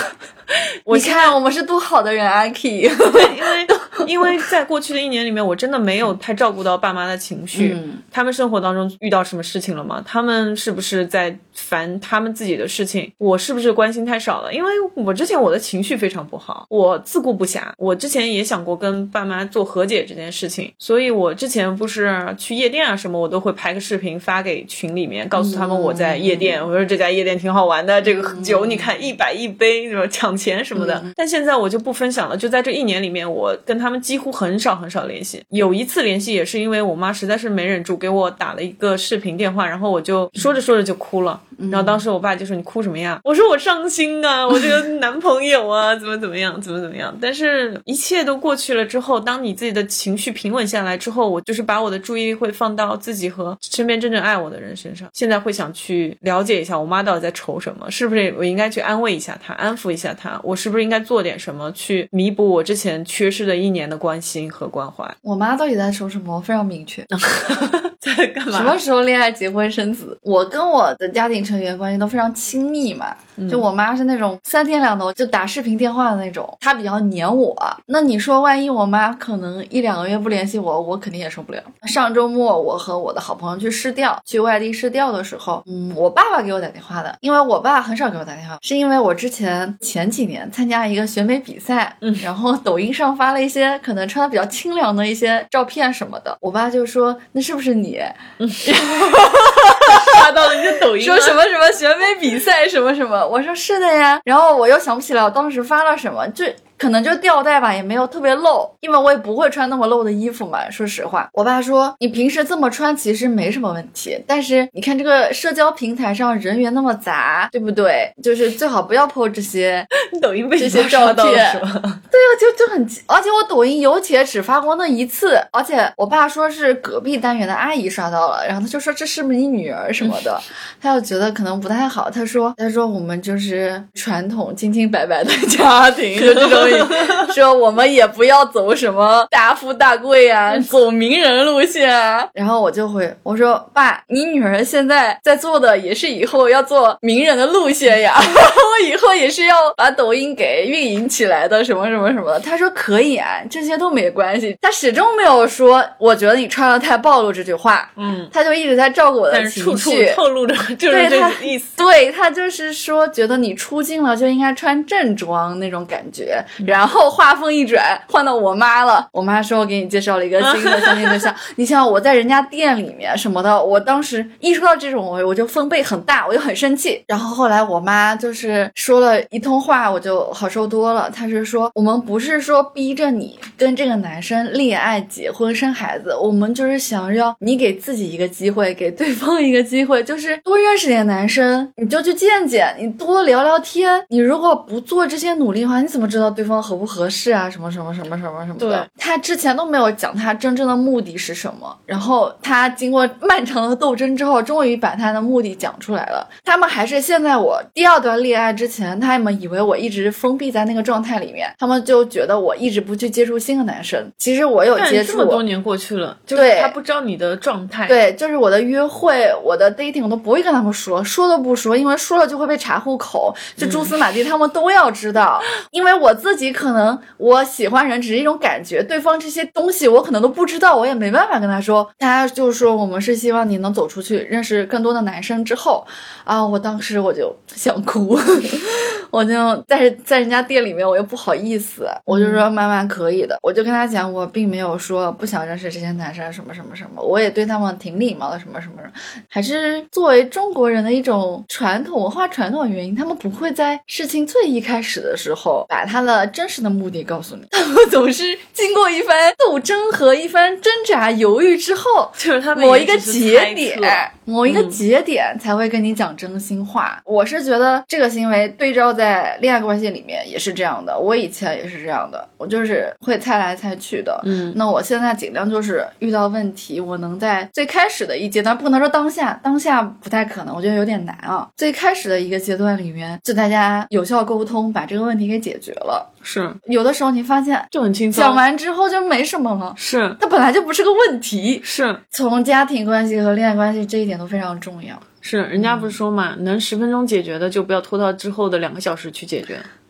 我你看我们是多好的人阿 K 因为因为在过去的一年里面我真的没有太照顾到爸妈的情绪、嗯、他们生活当中遇到什么事情了吗？他们是不是在烦他们自己的事情？我是不是关心太少了？因为我之前我的情绪非常不好，我自顾不暇，我之前也想过跟爸妈做和解这件事情，所以我之前不是去夜店啊什么我都会拍个视频发给群里面告诉他们我在夜店、嗯、我说这家夜店挺好玩的，这个酒你看一百一杯抢钱什么的、嗯、但现在我就不分享了，就在这一年里面我跟他们几乎很少很少联系，有一次联系也是因为我妈实在是没忍住给我打了一个视频电话，然后我就说着说着就哭了、嗯、然后当时我爸就说你哭什么呀？我说我伤心啊，我这个男朋友啊怎么怎么样怎么怎么样，但是一切都过去了之后，当你自己的情绪平稳下来之后，我就是把我的注意力会放到自己和身边真正爱我的人身上，现在会想去了解一下我妈到底在愁什么，是不是我应该去安慰一下她，安抚一下她，我是不是应该做点什么去弥补我之前缺失的一年的关心和关怀。 我妈到底在愁什么我非常明确在干嘛？ 什么时候恋爱结婚生子？我跟我的家庭成员关系都非常亲密嘛，就我妈是那种三天两头就打视频电话的那种，她比较黏我，那你说万一我妈可能一两个月不联系我，我肯定也受不了。上周末我和我的好朋友去试调，去外地试调的时候，嗯，我爸爸给我打电话的，因为我爸很少给我打电话，是因为我之前前几年参加一个选美比赛，嗯，然后抖音上发了一些可能穿的比较清凉的一些照片什么的，我爸就说那是不是你？嗯， 刷到了你的抖音， 说什么什么选美比赛什么什么，我说是的呀，然后我又想不起来我当时发了什么，就可能就吊带吧，也没有特别露，因为我也不会穿那么露的衣服嘛，说实话。我爸说你平时这么穿其实没什么问题，但是你看这个社交平台上人员那么杂，对不对？就是最好不要 po 这些抖音被这些照片是吧？对啊，就就很，而且我抖音有且只发过那一次，而且我爸说是隔壁单元的阿姨刷到了，然后他就说这是不是你女儿什么的，他就觉得可能不太好，他说他说我们就是传统清清白白的家庭，就这种说我们也不要走什么大富大贵啊，走名人路线啊。然后我就会我说爸，你女儿现在在做的也是以后要做名人的路线呀我以后也是要把抖音给运营起来的什么什么什么的。他说可以啊，这些都没关系，他始终没有说我觉得你穿的太暴露这句话。嗯，他就一直在照顾我的情绪，但是处处透露着就是这个意思。 对，他就是说觉得你出镜了就应该穿正装那种感觉。然后话锋一转换到我妈了，我妈说我给你介绍了一个新的相亲对象你像我在人家店里面什么的，我当时一说到这种我我就分贝很大，我就很生气。然后后来我妈就是说了一通话，我就好受多了。她是说我们不是说逼着你跟这个男生恋爱结婚生孩子，我们就是想要你给自己一个机会，给对方一个机会，就是多认识点男生，你就去见见，你多聊聊天。你如果不做这些努力的话，你怎么知道对方合不合适啊，什么什么什么什么什么的。对，他之前都没有讲他真正的目的是什么，然后他经过漫长的斗争之后终于把他的目的讲出来了。他们还是现在我第二段恋爱之前，他们以为我一直封闭在那个状态里面，他们就觉得我一直不去接触新的男生。其实我有接触， 这么多年过去了，就是他不知道你的状态。 对，就是我的约会我的 dating 我都不会跟他们说，说都不说，因为说了就会被查户口，就蛛丝马迹他们都要知道、嗯、因为我自己可能我喜欢人只是一种感觉，对方这些东西我可能都不知道，我也没办法跟他说。他就说我们是希望你能走出去认识更多的男生。之后啊，我当时我就想哭我就但是在人家店里面我又不好意思，我就说慢慢可以的、嗯、我就跟他讲我并没有说不想认识这些男生什么什么什么，我也对他们挺礼貌的什么什么，还是作为中国人的一种传统文化传统的原因，他们不会在事情最一开始的时候把他的真实的目的告诉你，他们总是经过一番斗争和一番挣扎犹豫之后， 就是他们某一个节点某一个节点才会跟你讲真心话、嗯、我是觉得这个行为对照在恋爱关系里面也是这样的，我以前也是这样的，我就是会猜来猜去的。嗯，那我现在尽量就是遇到问题我能在最开始的一阶段，不能说当下当下不太可能，我觉得有点难啊，最开始的一个阶段里面就大家有效沟通把这个问题给解决了。 是有的时候你发现就很轻松， 讲完之后就没什么了， 是它本来就不是个问题。 是从家庭关系和恋爱关系这一点都非常重要。 是人家不是说嘛、嗯、能十分钟解决的就不要拖到之后的两个小时去解决。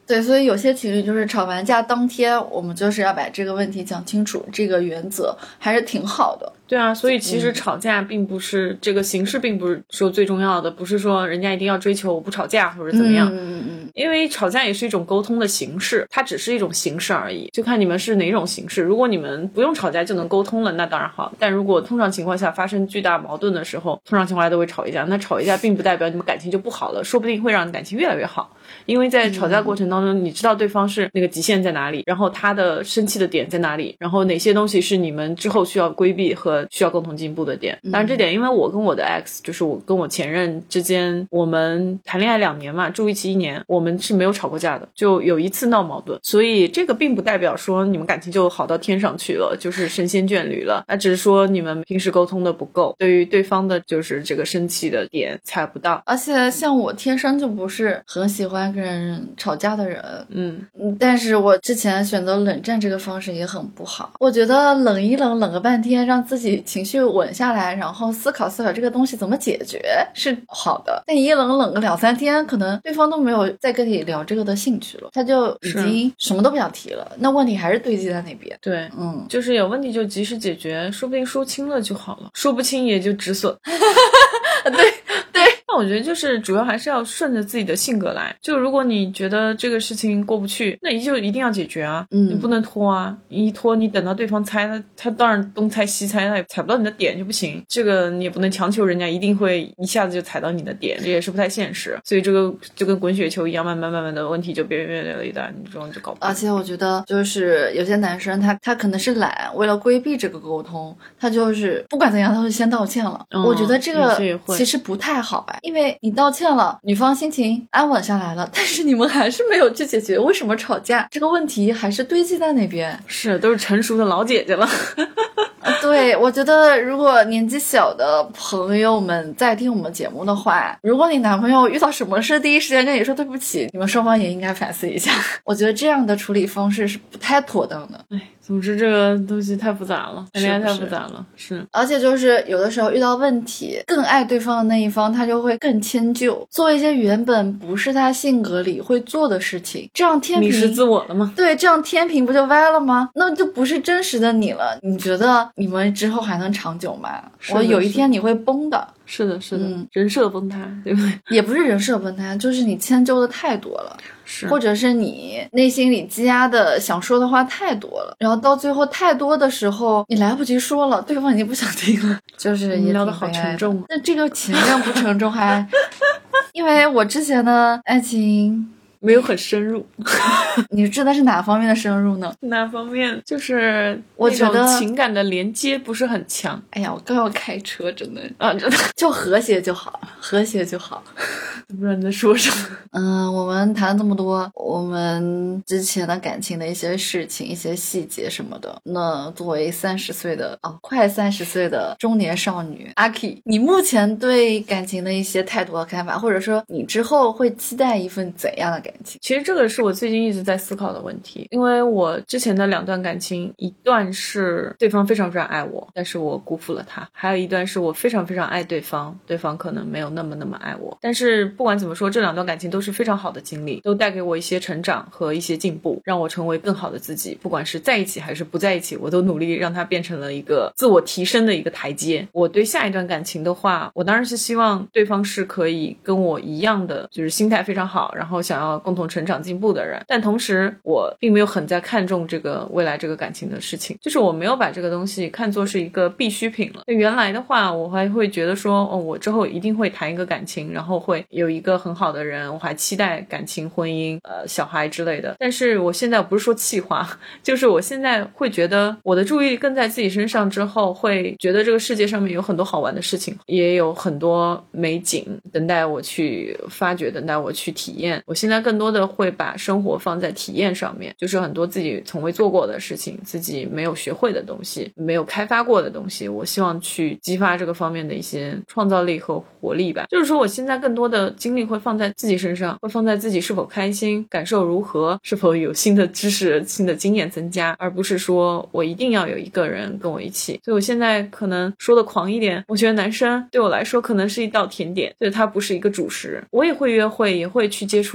对，所以有些情侣就是吵完架当天，我们就是要把这个问题讲清楚，这个原则还是挺好的。 对啊，所以其实吵架并不是、嗯、这个形式并不是说最重要的，不是说人家一定要追求我不吵架或者怎么样。 嗯嗯嗯， 因为吵架也是一种沟通的形式，它只是一种形式而已，就看你们是哪种形式。如果你们不用吵架就能沟通了，那当然好。但如果通常情况下发生巨大矛盾的时候，通常情况下都会吵一架。那吵一架并不代表你们感情就不好了，说不定会让你感情越来越好。因为在吵架过程当中、嗯、你知道对方是那个极限在哪里，然后他的生气的点在哪里，然后哪些东西是你们之后需要规避和需要共同进步的点。当然这点因为我跟我的 ex 就是我跟我前任之间，我们谈恋爱两年嘛，住一起一年，我们是没有吵过架的，就有一次闹矛盾。所以这个并不代表说你们感情就好到天上去了，就是神仙眷侣了，那只是说你们平时沟通的不够，对于对方的就是这个生气的点猜不到。 而且像我天生就不是很喜欢跟人吵架的人， 嗯， 但是我之前选择冷战这个方式也很不好。我觉得冷一冷，冷个半天，让自己情绪稳下来，然后思考思考这个东西怎么解决是好的。但一冷冷个两三天，可能对方都没有再跟你聊这个的兴趣了，他就已经什么都不想提了，那问题还是堆积在那边。 对， 嗯， 就是有问题就及时解决，说不定说清了就好了，说不清也就止损。 对对， 那我觉得就是主要还是要顺着自己的性格来，就如果你觉得这个事情过不去，那你就一定要解决啊， 嗯， 你不能拖啊，一拖你等到对方猜，他他当然东猜西猜，他也踩不到你的点就不行，这个你也不能强求人家一定会一下子就踩到你的点，这也是不太现实。所以这个就跟滚雪球一样，慢慢慢慢的问题就变越来越大，你这种就搞不定。 而且我觉得就是有些男生他他可能是懒，为了规避这个沟通，他就是不管怎样他会先道歉了、嗯、我觉得这个其实不太好哎，因为你道歉了，女方心情安稳下来了，但是你们还是没有去解决为什么吵架，这个问题还是堆积在那边。 是，都是成熟的老姐姐了。 对，我觉得如果年纪小的朋友们在听我们节目的话，如果你男朋友遇到什么事第一时间跟你说对不起，你们双方也应该反思一下。我觉得这样的处理方式是不太妥当的。 哎，总之这个东西太复杂了，谈恋爱太复杂了。是，是， 而且就是有的时候遇到问题，更爱对方的那一方他就会更迁就，做一些原本不是他性格里会做的事情，这样天平迷失自我了吗？ 对，这样天平不就歪了吗？那就不是真实的你了。你觉得你们之后还能长久吗？我有一天你会崩的。 是的，是的、 嗯， 人设崩塌，对不对？ 也不是人设崩塌，就是你迁就的太多了， 是， 或者是你内心里积压的想说的话太多了，然后到最后太多的时候，你来不及说了，对方已经不想听了，就是也聊得好沉重。 那这个前任不沉重还，因为我之前的爱情。 没有很深入。 你指的是哪方面的深入呢？ 哪方面？就是我觉得情感的连接不是很强。 哎呀，我刚要开车，真的啊，真的就和谐就好，和谐就好。 不知道你在说什么。 嗯，我们谈了这么多，我们之前的感情的一些事情、一些细节什么的。那作为三十岁的哦，快三十岁的中年少女阿 K， 你目前对感情的一些态度和看法，或者说你之后会期待一份怎样的感情？ 其实这个是我最近一直在思考的问题，因为我之前的两段感情，一段是对方非常非常爱我，但是我辜负了他，还有一段是我非常非常爱对方，对方可能没有那么那么爱我。但是不管怎么说，这两段感情都是非常好的经历，都带给我一些成长和一些进步，让我成为更好的自己。不管是在一起还是不在一起，我都努力让它变成了一个自我提升的一个台阶。我对下一段感情的话，我当然是希望对方是可以跟我一样的，就是心态非常好，然后想要共同成长进步的人。但同时我并没有很在看重这个未来这个感情的事情，就是我没有把这个东西看作是一个必需品了。原来的话我还会觉得说，哦，我之后一定会谈一个感情，然后会有一个很好的人，我还期待感情、婚姻、呃小孩之类的。但是我现在不是说气话，就是我现在会觉得我的注意力更在自己身上之后，会觉得这个世界上面有很多好玩的事情，也有很多美景等待我去发掘，等待我去体验。我现在更多的会把生活放在体验上面，就是很多自己从未做过的事情，自己没有学会的东西，没有开发过的东西，我希望去激发这个方面的一些创造力和活力吧。就是说我现在更多的精力会放在自己身上，会放在自己是否开心，感受如何，是否有新的知识、新的经验增加，而不是说我一定要有一个人跟我一起。所以我现在可能说的狂一点，我觉得男生对我来说可能是一道甜点，所以它不是一个主食。我也会约会，也会去接触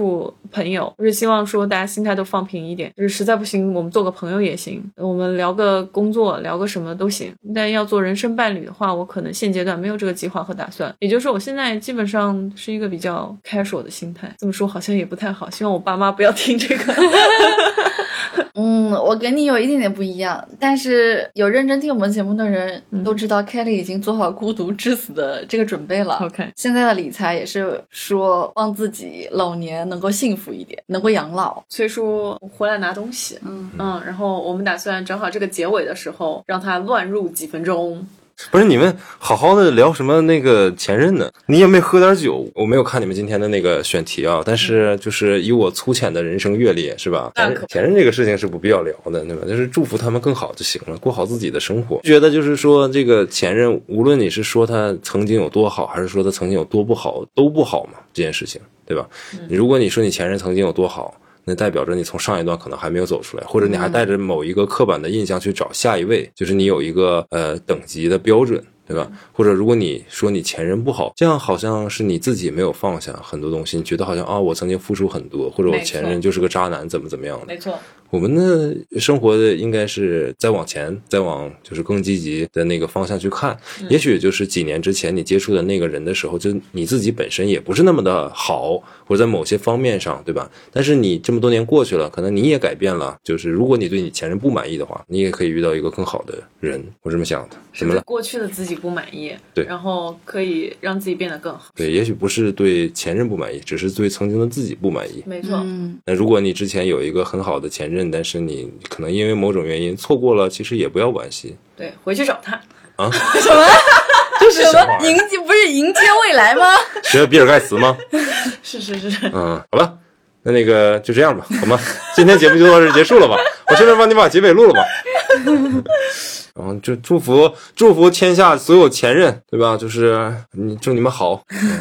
朋友，就是希望说大家心态都放平一点，就是实在不行我们做个朋友也行，我们聊个工作聊个什么都行，但要做人生伴侣的话，我可能现阶段没有这个计划和打算。也就是说我现在基本上是一个比较casual的心态，这么说好像也不太好，希望我爸妈不要听这个嗯，我跟你有一点点不一样，但是有认真听我们节目的人都知道 Kelly 已经做好孤独致死的这个准备了。 OK， 现在的理财也是说望自己老年能够幸福一点，能够养老。 所以说回来拿东西，嗯嗯，然后我们打算正好这个结尾的时候让它乱入几分钟。 不是你们好好的聊什么那个前任呢？你也没喝点酒？我没有看你们今天的那个选题啊，但是就是以我粗浅的人生阅历是吧？前任前任这个事情是不必要聊的，对吧？就是祝福他们更好就行了，过好自己的生活。觉得就是说这个前任，无论你是说他曾经有多好，还是说他曾经有多不好，都不好嘛，这件事情，对吧？嗯、如果你说你前任曾经有多好，那代表着你从上一段可能还没有走出来，或者你还带着某一个刻板的印象去找下一位，就是你有一个呃等级的标准，对吧？或者如果你说你前任不好，这样好像是你自己没有放下很多东西，你觉得好像啊我曾经付出很多，或者我前任就是个渣男怎么怎么样的。 没错， 我们的生活的应该是再往前，再往就是更积极的那个方向去看。嗯、也许就是几年之前你接触的那个人的时候，就你自己本身也不是那么的好，或者在某些方面上，对吧？但是你这么多年过去了，可能你也改变了。就是如果你对你前任不满意的话，你也可以遇到一个更好的人。我这么想的。怎么了？ 过去的自己不满意， 对， 然后可以让自己变得更好。 对，也许不是对前任不满意，只是对曾经的自己不满意。 没错。 嗯， 那如果你之前有一个很好的前任，但是你可能因为某种原因错过了，其实也不要惋惜。 对，回去找他啊？ 什么？这是什么？迎接不是迎接未来吗？ 学比尔盖茨吗？ 是是是。 嗯，好吧，那那个就这样吧，好吗？今天节目就到这结束了吧？我顺便帮你把结尾录了吧。然后就祝福祝福天下所有前任，对吧？就是你祝你们好。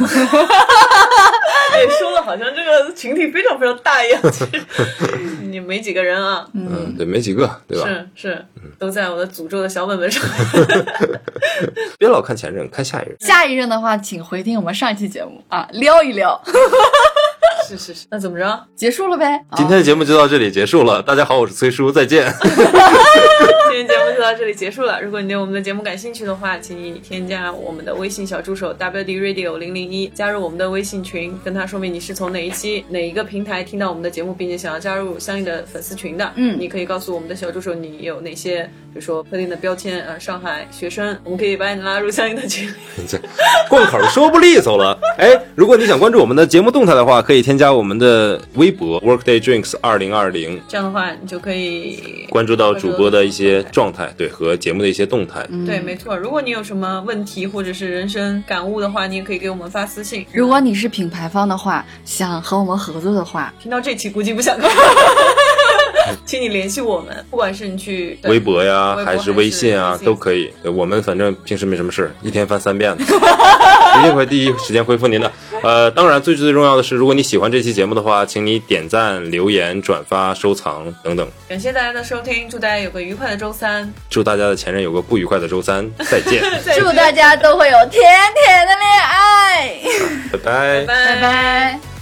哎，说了好像这个群体非常非常大一样，你没几个人啊。 嗯，对，没几个，对吧？ 是是，都在我的诅咒的小本本上。 别老看前任，看下一任。 下一任的话，请回听我们上一期节目啊，撩一撩。 是是是，那怎么着？ 结束了呗。 今天的节目就到这里结束了。大家好，我是崔叔，再见。 今天节目就到这里结束了。如果你对我们的节目感兴趣的话，请你添加我们的微信小助手 W D Radio 零零一，加入我们的微信群，跟他说明你是从哪一期哪一个平台听到我们的节目，并且想要加入相应的粉丝群的。嗯，你可以告诉我们的小助手你有哪些，比如说特定的标签啊，上海学生，我们可以把你拉入相应的群里。 贯口说不利索了。哎，如果你想关注我们的节目动态的话，可以添加我们的微博 Workday Drinks 二零二零， 这样的话你就可以关注到主播的一些状态，对，和节目的一些动态。 嗯、对，没错。如果你有什么问题或者是人生感悟的话，你也可以给我们发私信。 如果你是品牌方的话，想和我们合作的话， 听到这期估计不想看。请你联系我们，不管是你去微博呀，还是微信啊，都可以。我们反正平时没什么事，一天翻三遍的，一定会第一时间回复您的。呃，当然最最重要的是，如果你喜欢这期节目的话，请你点赞、留言、转发、收藏等等。 感谢大家的收听，祝大家有个愉快的周三， 祝大家的前任有个不愉快的周三，再见。 祝大家都会有甜甜的恋爱， 拜拜， 拜拜。 拜拜。